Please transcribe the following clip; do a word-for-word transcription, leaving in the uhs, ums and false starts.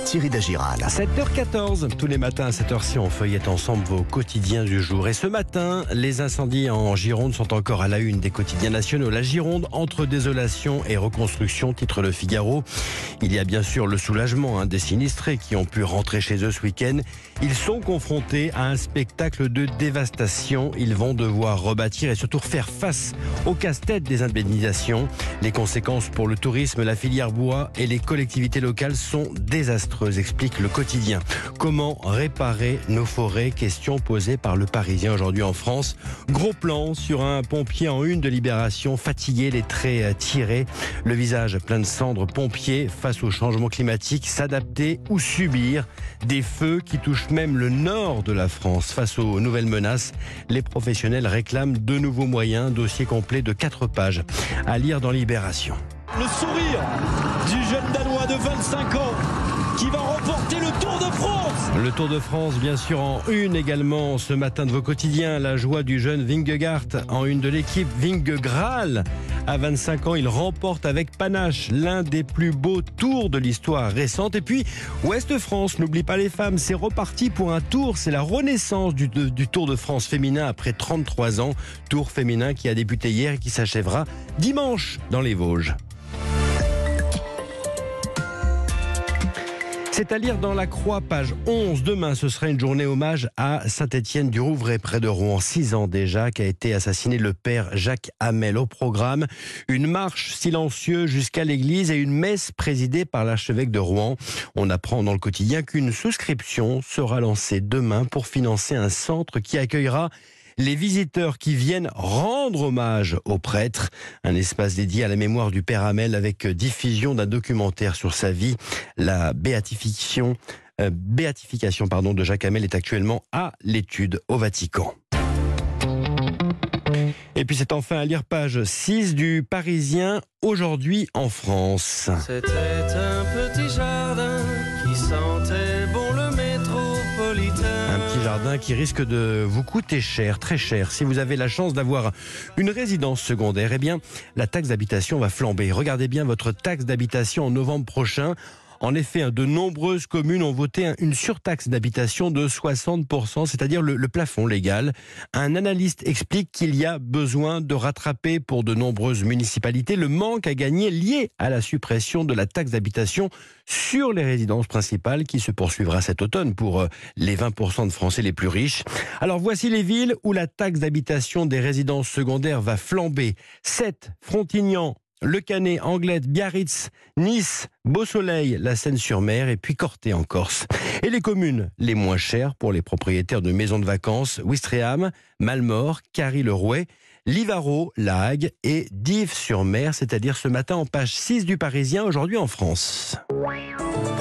Thierry Dagiral. sept heures quatorze, tous les matins à cette heure-ci, on feuillette ensemble vos quotidiens du jour. Et ce matin, les incendies en Gironde sont encore à la une des quotidiens nationaux. La Gironde entre désolation et reconstruction, titre Le Figaro. Il y a bien sûr le soulagement hein, des sinistrés qui ont pu rentrer chez eux ce week-end. Ils sont confrontés à un spectacle de dévastation. Ils vont devoir rebâtir et surtout faire face au casse-tête des indemnisations. Les conséquences pour le tourisme, la filière bois et les collectivités locales sont désastreuses, explique Le Quotidien. Comment réparer nos forêts? Question posée par Le Parisien aujourd'hui en France. Gros plan sur un pompier en une de Libération, fatigué, les traits tirés, le visage plein de cendres. Pompier face au changement climatique, s'adapter ou subir des feux qui touchent même le nord de la France. Face aux nouvelles menaces, les professionnels réclament de nouveaux moyens. Dossier complet de quatre pages à lire dans Libération. Le sourire du jeune Danois de vingt-cinq ans qui va remporter le Tour de France. Le Tour de France, bien sûr, en une également ce matin de vos quotidiens. La joie du jeune Vingegaard en une de l'équipe. Vingegaard, à vingt-cinq ans, il remporte avec panache l'un des plus beaux tours de l'histoire récente. Et puis, Ouest France, n'oublie pas les femmes, c'est reparti pour un tour. C'est la renaissance du, de, du Tour de France féminin après trente-trois ans. Tour féminin qui a débuté hier et qui s'achèvera dimanche dans les Vosges. C'est à lire dans La Croix, page onze. Demain, ce sera une journée hommage à Saint-Étienne-du-Rouvray, près de Rouen. Six ans déjà qu'a été assassiné le père Jacques Hamel. Au programme, une marche silencieuse jusqu'à l'église et une messe présidée par l'archevêque de Rouen. On apprend dans Le Quotidien qu'une souscription sera lancée demain pour financer un centre qui accueillera les visiteurs qui viennent rendre hommage au prêtre. Un espace dédié à la mémoire du père Hamel avec diffusion d'un documentaire sur sa vie. La béatification, euh, béatification pardon, de Jacques Hamel est actuellement à l'étude au Vatican. Et puis c'est enfin à lire page six du Parisien, aujourd'hui en France. C'était un petit jardin qui sentait bon le métropolitain. Un petit jardin qui risque de vous coûter cher, très cher. Si vous avez la chance d'avoir une résidence secondaire, eh bien, la taxe d'habitation va flamber. Regardez bien votre taxe d'habitation en novembre prochain. En effet, de nombreuses communes ont voté une surtaxe d'habitation de soixante pour cent, c'est-à-dire le, le plafond légal. Un analyste explique qu'il y a besoin de rattraper pour de nombreuses municipalités le manque à gagner lié à la suppression de la taxe d'habitation sur les résidences principales qui se poursuivra cet automne pour les vingt pour cent de Français les plus riches. Alors voici les villes où la taxe d'habitation des résidences secondaires va flamber. Sète, Frontignan, Le Canet, Anglette, Biarritz, Nice, Beausoleil, la Seine-sur-Mer et puis Corté en Corse. Et les communes les moins chères pour les propriétaires de maisons de vacances, Ouistreham, Malmort, Carry-le-Rouet, Livaro, La Hague et Dives-sur-Mer, c'est-à-dire ce matin en page six du Parisien, aujourd'hui en France.